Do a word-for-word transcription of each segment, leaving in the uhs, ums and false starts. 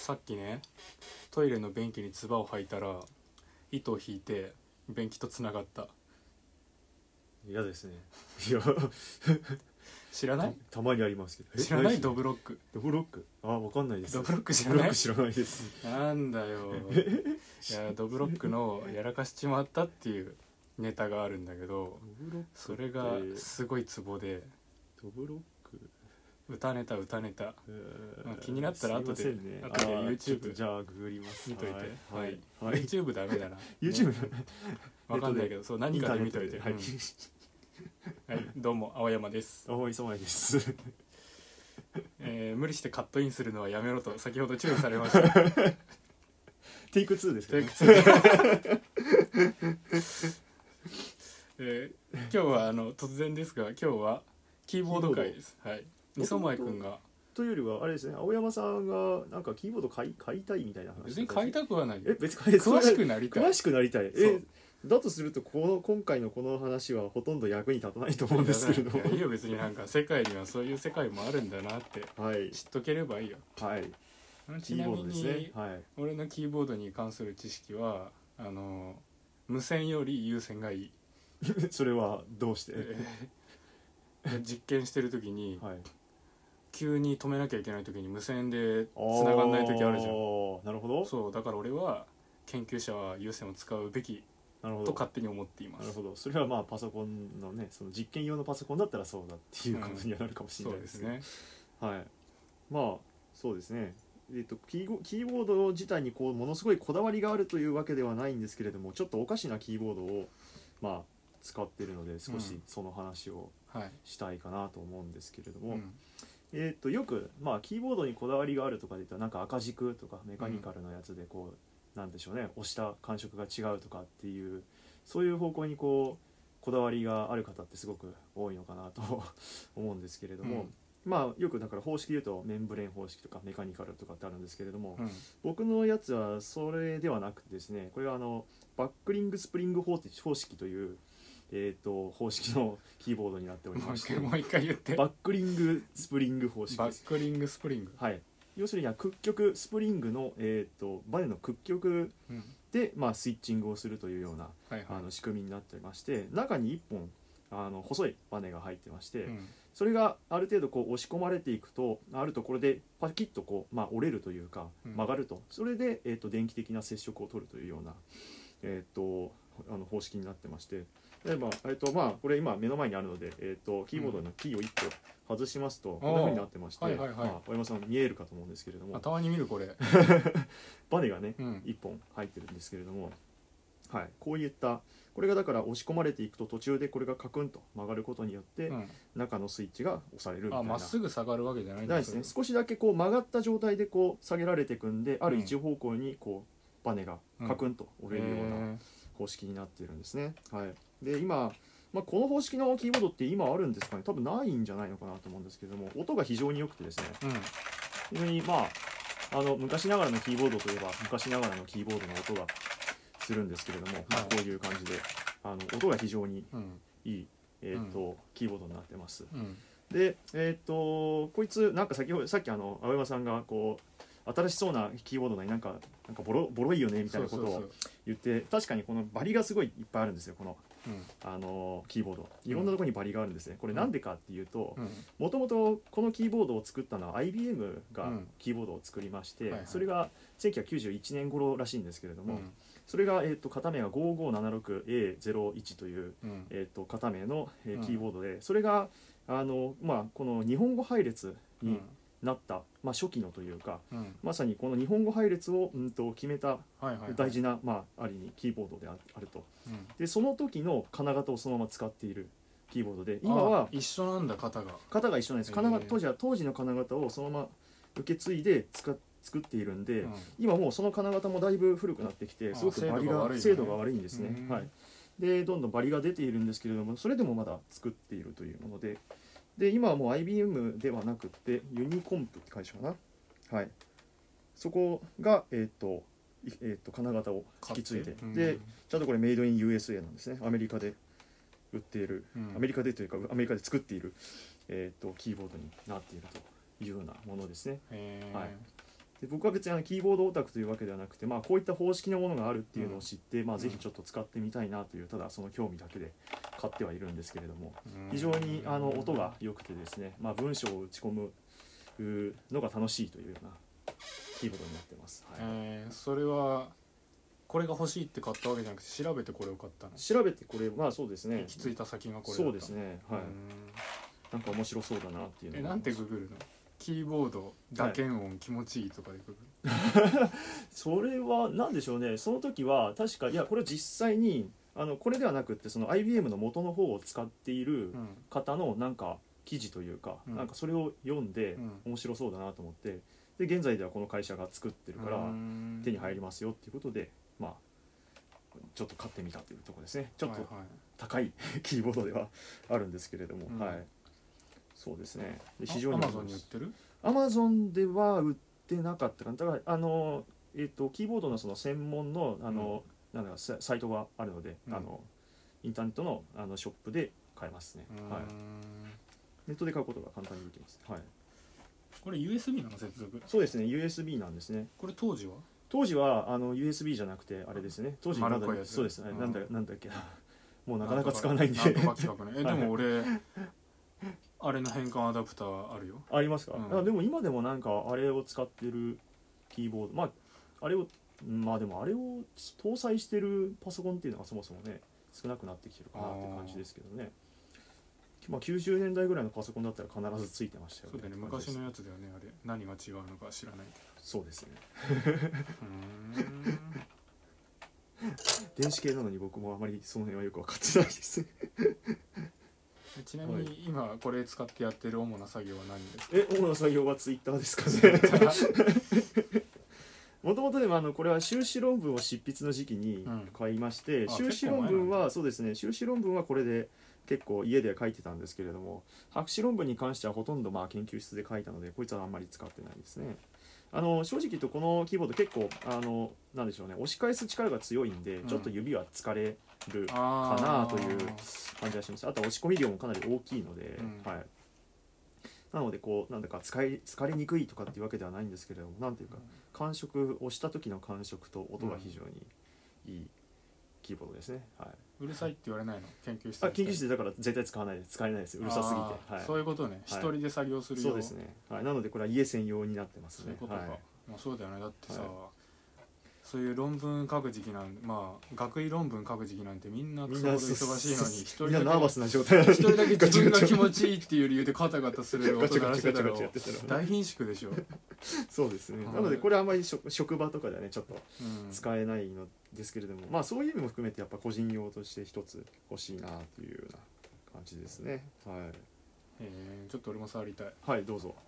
さっきねトイレの便器に唾を吐いたら糸を引いて便器とつながった。 嫌ですね。いや知らない？ たまにありますけど。 知らない？ドブロック。 ドブロック、あ、わかんないです。 ドブロック知らない？ ドブロック知らないです。 なんだよいやドブロックのやらかしちまったっていうネタがあるんだけど、 ドブロックそれがすごいツボで、 ドブロック歌ネタ歌ネタ、 えーまあ、気になったら後で、 ね、 後で YouTube じゃあググります見といて、 はい、 はいはい、 YouTube ダメだな YouTube、 ね、わかんないけど、そう何かで見といて、はい、うんはい、どうも青山です。 青井様です、 えー、無理してカットインするのはやめろと先ほど注意されましたテイクツーですかね。 テイクツーえー、今日はあの突然ですが今日はキーボード会です。はい、磯前くんがというよりはあれですね、青山さんがなんかキーボード買い買いたいみたいな話。 別に買いたくはない。 え、別に詳しくなりたい。 詳しくなりたい。え、だとするとこの今回のこの話はほとんど役に立たないと思うんですけれども。 いやいいよ別に、なんか世界にはそういう世界もあるんだなって知っとければいいよ。 はい。 ちなみに、 ね、はい、 俺のキーボードに関する知識はあの無線より有線がいい。 それはどうして？ 実験してる時に、はい、急に止めなきゃいけない時に無線で繋がんない時あるじゃん。 なるほど。 そうだから俺は研究者は有線を使うべきと勝手に思っています。 なるほど。それはまあパソコンのね、その実験用のパソコンだったらそうだっていうことにはなるかもしれないですね。うん、そうですね。はい。まあそうですね。えーと、キーゴ、キーボード自体にこうものすごいこだわりがあるというわけではないんですけれども、ちょっとおかしなキーボードをまあ使っているので少しその話をしたいかなと思うんですけれども、うん、えーとよくまあキーボードにこだわりがあるとかで言ったらなんか赤軸とかメカニカルのやつでこうなんでしょうね、押した感触が違うとかっていうそういう方向にこうこだわりがある方ってすごく多いのかなと思うんですけれども、うん、まあよくだから方式で言うとメンブレン方式とかメカニカルとかってあるんですけれども、うん、僕のやつはそれではなくてですね、これはあのバックリングスプリング方式というえー、と方式のキーボードになっておりまして、 もう一回言って。 バックリングスプリング方式です。 バックリングスプリング、 はい、要するには屈曲スプリングの、えー、とバネの屈曲で、うん、まあ、スイッチングをするというような、はいはい、あの仕組みになっておりまして、中にいっぽんあの細いバネが入ってまして、うん、それがある程度こう押し込まれていくとあるところでパキッとこう、まあ、折れるというか曲がると、うん、それで、えー、と電気的な接触を取るというような、えー、とあの方式になってまして、でまあえーとまあ、これ今目の前にあるので、えー、とキーボードのキーをいっこ外しますとこんな風になってまして、はいはいはい、まあ、小山さん見えるかと思うんですけれども、 たまに見るこれバネがね、うん、いっぽん入ってるんですけれども、はい、こういったこれがだから押し込まれていくと途中でこれがカクンと曲がることによって、うん、中のスイッチが押されるみたいな。 まっすぐ下がるわけじゃないんですね。少しだけこう曲がった状態でこう下げられていくんで、ある一方向にこうバネがカクンと折れるような方式になっているんですね。はい、で今、まあ、この方式のキーボードって今あるんですかね。多分ないんじゃないのかなと思うんですけども、音が非常に良くてですね、うん、非常にまああの昔ながらのキーボードといえば昔ながらのキーボードの音がするんですけれども、まあ、こういう感じであの音が非常にいい、うん、えーとうん、キーボードになってます。うん、で、えーとこいつなんか先ほどさっきあの青山さんがこう新しそうなキーボードなになんかなんかボロボロいよねみたいなことを言って、そうそうそう、確かにこのバリがすごいいっぱいあるんですよ、この、うん、あのキーボードいろんなところにバリがあるんですね。これなんでかっていうと、もともとこのキーボードを作ったのは アイビーエム がキーボードを作りまして、うん、はいはい、それがせんきゅうひゃくきゅうじゅういちねん頃らしいんですけれども、うん、それが、えー、と型名が ごごーななろくエーゼロいち という、うん、えー、と型名の、えー、キーボードで、うん、それがあの、まあ、この日本語配列になった、うん、まあ、初期のというか、うん、まさにこの日本語配列を、うん、と決めた大事な、はいはいはい、まあ、ある意味キーボードであると、うん、でその時の金型をそのまま使っているキーボードで、今は一緒なんだ、型が型が一緒なんです。金型当時は当時の金型をそのまま受け継いで使って作っているんで、うん、今もうその金型もだいぶ古くなってきてすごくバリが精度が悪いんですね。はい、でどんどんバリが出ているんですけれども、それでもまだ作っているというもので、で今はもう アイビーエム ではなくてユニコンプって会社かな、はい、そこが、えーとえー、と金型を引き継いで、でちゃんとこれメイドイン ユーエスエー なんですね。アメリカで売っている、うん、アメリカでというかアメリカで作っている、えー、とキーボードになっているというようなものですね。はい、 で僕は別にあのキーボードオタクというわけではなくて、まあ、こういった方式のものがあるっていうのを知って、うん、まあ、ぜひちょっと使ってみたいなという、ただその興味だけで買ってはいるんですけれども、非常にあの音が良くてですね、まあ、文章を打ち込むのが楽しいというようなキーボードになってます、はい。 えー、それはこれが欲しいって買ったわけじゃなくて調べてこれを買ったの？ 調べてこれ、まあそうですね、 行き着いた先がこれだった。 そうですね、はい。なんか面白そうだなっていうのえ、なんてググるの？キーボード打鍵音気持ちいいとかでググる、はい、それは何でしょうね。その時は確か、いやこれ実際にあのこれではなくって、その アイビーエム の元の方を使っている方のなんか記事というか、うん、なんかそれを読んで面白そうだなと思って、で現在ではこの会社が作ってるから手に入りますよっていうことで、まあちょっと買ってみたというところですね。ちょっと高いキーボードではあるんですけれども、うん、はい、そうですね。で非常に Amazon に売ってる？ Amazon では売ってなかったかな。だからあの、えー、とキーボードのその専門のあの、うん、なんだサイトがあるので、うん、あのインターネットのあのショップで買えますね、はい、ネットで買うことが簡単にできます、はい。 これ ユーエスビー なの接続？ そうですね、 ユーエスビー なんですね。 これ当時は当時はあの ユーエスビー じゃなくてあれですね、当時まだそうですね、 うん、 なんだなんだっけな、もうなかなか使わないんで。 なんとか企画ね。えでも俺あれの変換アダプターあるよ。 ありますか？うん、あでも今でもなんかあれを使ってるキーボード、まああれをまあでもあれを搭載してるパソコンっていうのがそもそもね少なくなってきてるかなって感じですけどね。まあ、きゅうじゅうねんだいぐらいのパソコンだったら必ずついてましたよね。 そうだね、昔のやつだよね。あれ何が違うのか知らないけど。 そうですね。うーん電子系なのに僕もあまりその辺はよく分かってないですちなみに今これ使ってやってる主な作業は何ですか？ え主な作業はツイッターですかね。もともとでもあのこれは修士論文を執筆の時期に買いまして、うん、修士論文はそうですね、修士論文はこれで結構家で書いてたんですけれども、博士論文に関してはほとんどまあ研究室で書いたのでこいつはあんまり使ってないですね。あの正直言うとこのキーボード結構あのなんでしょうね、押し返す力が強いんで、うん、ちょっと指は疲れるかなという感じがします。あと押し込み量もかなり大きいので、うん、はい、なのでこうなんだか使い疲れにくいとかっていうわけではないんですけれども、なんていうか感触をした時の感触と音が非常にいいキーボードですね、はい。 うるさいって言われないの？研究室で。 あ、研究室でだから絶対使わないです。使えないです。うるさすぎて。はい、 そういうことね。一、はい、人で作業するよ。 そうですね。はい。なのでこれは家専用になってますね。 そういうことか。はい、まあそうだよね。だってさ、はい、そういう論文書く時期なんまあ学位論文書く時期なんてみんなクソほど忙しいのに一人だけみんなナーバスな状態。 一人だけ自分が気持ちいいっていう理由でガタガタする音鳴らしてたら大貧縮でしょ。そうですね。 なのでこれはあんまり職場とかではねちょっと使えないのですけれども、うん、まあそういう意味も含めてやっぱ個人用として一つ欲しいなというような感じですね。はい。 えー、ちょっと俺も触りたい。 はいどうぞ。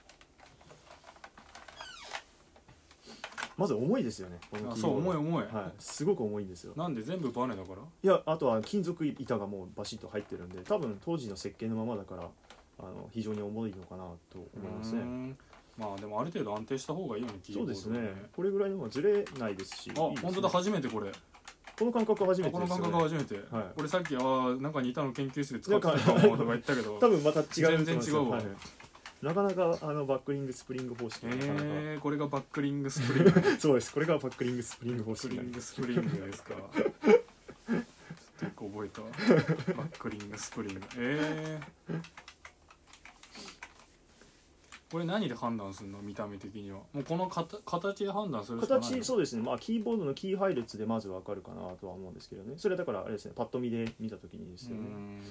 まず重いですよね。このキーボード。 そう重い重い、 はい、すごく重いんですよ。 なんで全部バネだから？ いやあとは金属板がもうバシッと入ってるんで、多分当時の設計のままだからあの非常に重いのかなと思いますね。 まあでもある程度安定した方がいいよね、キーボードね。 そうですね。これぐらいの方がずれないですし。 あ、いいですね、本当だ、初めてこれ。 この感覚は初めてですよね。 この感覚は初めて。はい、俺さっきあなんか似たの研究室で使ってたかもとか言ったけど、 多分また違う。 全然違うわ。はい、 なかなかあのバックリングスプリング方式。 えー、これがバックリングスプリング。 そうです。これがバックリングスプリング方式。 バックリングスプリングですか。ちょっと一個覚えた。バックリングスプリング。えー。これ何で判断するの？見た目的にはもうこのかた形で判断するしかないの？ 形、そうですね。まあキーボードのキー配列でまず分かるかなとは思うんですけどね。それはだからあれですね、パッと見で見た時にですよね。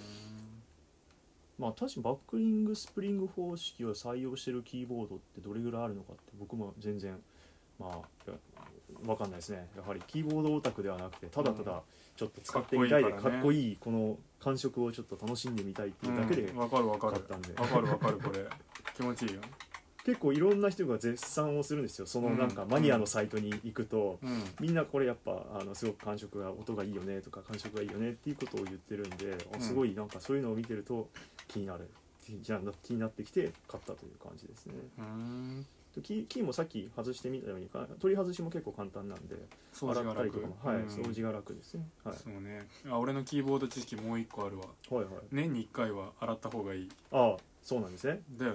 まあ確かにバックリングスプリング方式を採用しているキーボードってどれぐらいあるのかって僕も全然まあ分かんないですね。やはりキーボードオタクではなくてただただちょっと使ってみたいでかっこいいこの感触をちょっと楽しんでみたいっていうだけで買ったんで。 分かる分かるこれ気持ちいいよ。 結構いろんな人が絶賛をするんですよ。そのなんかマニアのサイトに行くと、うん、みんなこれやっぱあのすごく感触が音がいいよねとか感触がいいよねっていうことを言ってるんで、うん、すごいなんかそういうのを見てると気になる気になってきて買ったという感じですね。うんキー、キーもさっき外してみたように取り外しも結構簡単なんで掃除が楽、 洗ったりとかも、はい、うん、掃除が楽ですね。はい、 そうね。あ、俺のキーボード知識もう一個あるわ。はいはい。年にいっかいは洗った方がいい。 ああ、そうなんですね。 だよね。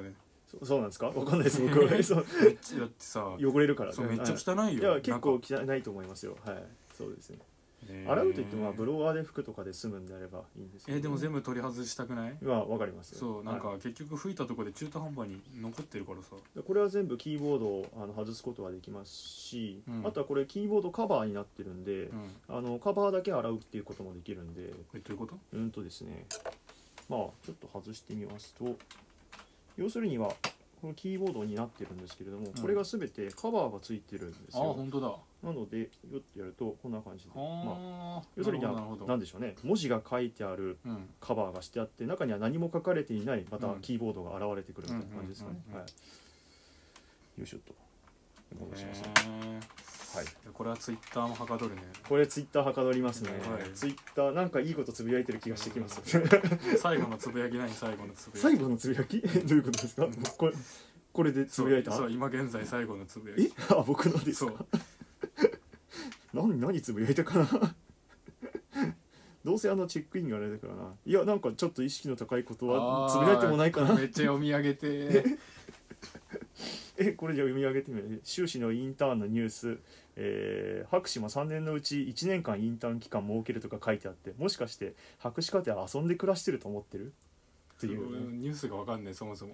そそうなんですか、わかんないです僕はそうめっちゃだってさ汚れるからね。 そうめっちゃ汚いよ。 いや結構なんか汚いと思いますよ。はい、そうですね。 へー洗うといってもまあブロワーで拭くとかで済むんであればいいんですけど、 えでも全部取り外したくない？ まあわかりますよ。 そうなんかは結局吹いたところで中途半端に残ってるからさ。 い、これは全部キーボードをあの外すことができますし、 うんあとはこれキーボードカバーになってるんで、 うんあのカバーだけ洗うっていうこともできるんで、 えどういうこと？ うんとですね、まあちょっと外してみますと、要するにはこのキーボードになってるんですけれども、 うんこれが全てカバーがついてるんですあよ。 本当だ。 なのでよってやるとこんな感じで、まあ、 あ要するにはなるほど何でしょうね、文字が書いてあるうんカバーがしてあって中には何も書かれていないまたうんキーボードが現れてくるみたいな感じですかね。 うんうんうんうんはい、よいしょっと戻しますね。 へはい、 ーこれはツイッターもはかどるね。 これツイッターはかどりますね。 はいツイッターなんかいいことつぶやいてる気がしてきます。 最後のつぶやき何？最後のつぶやき最後のつぶやきどういうことですか？これこれでつぶやいた？ そうそう今現在最後のつぶやえき。 あ僕のですそうか？何何つぶやいたかなどうせあのチェックインがあれだからな。いやなんかちょっと意識の高いことはつぶやいてもないかな。 めっちゃ読み上げてえこれじゃあ読み上げてみる。修士のインターンのニュース、えー博士もさんねんのうちいちねんかんインターン期間設けるとか書いてあって、もしかして博士課程は遊んで暮らしてると思ってるっていうね、 ニュースがわかんないそもそも。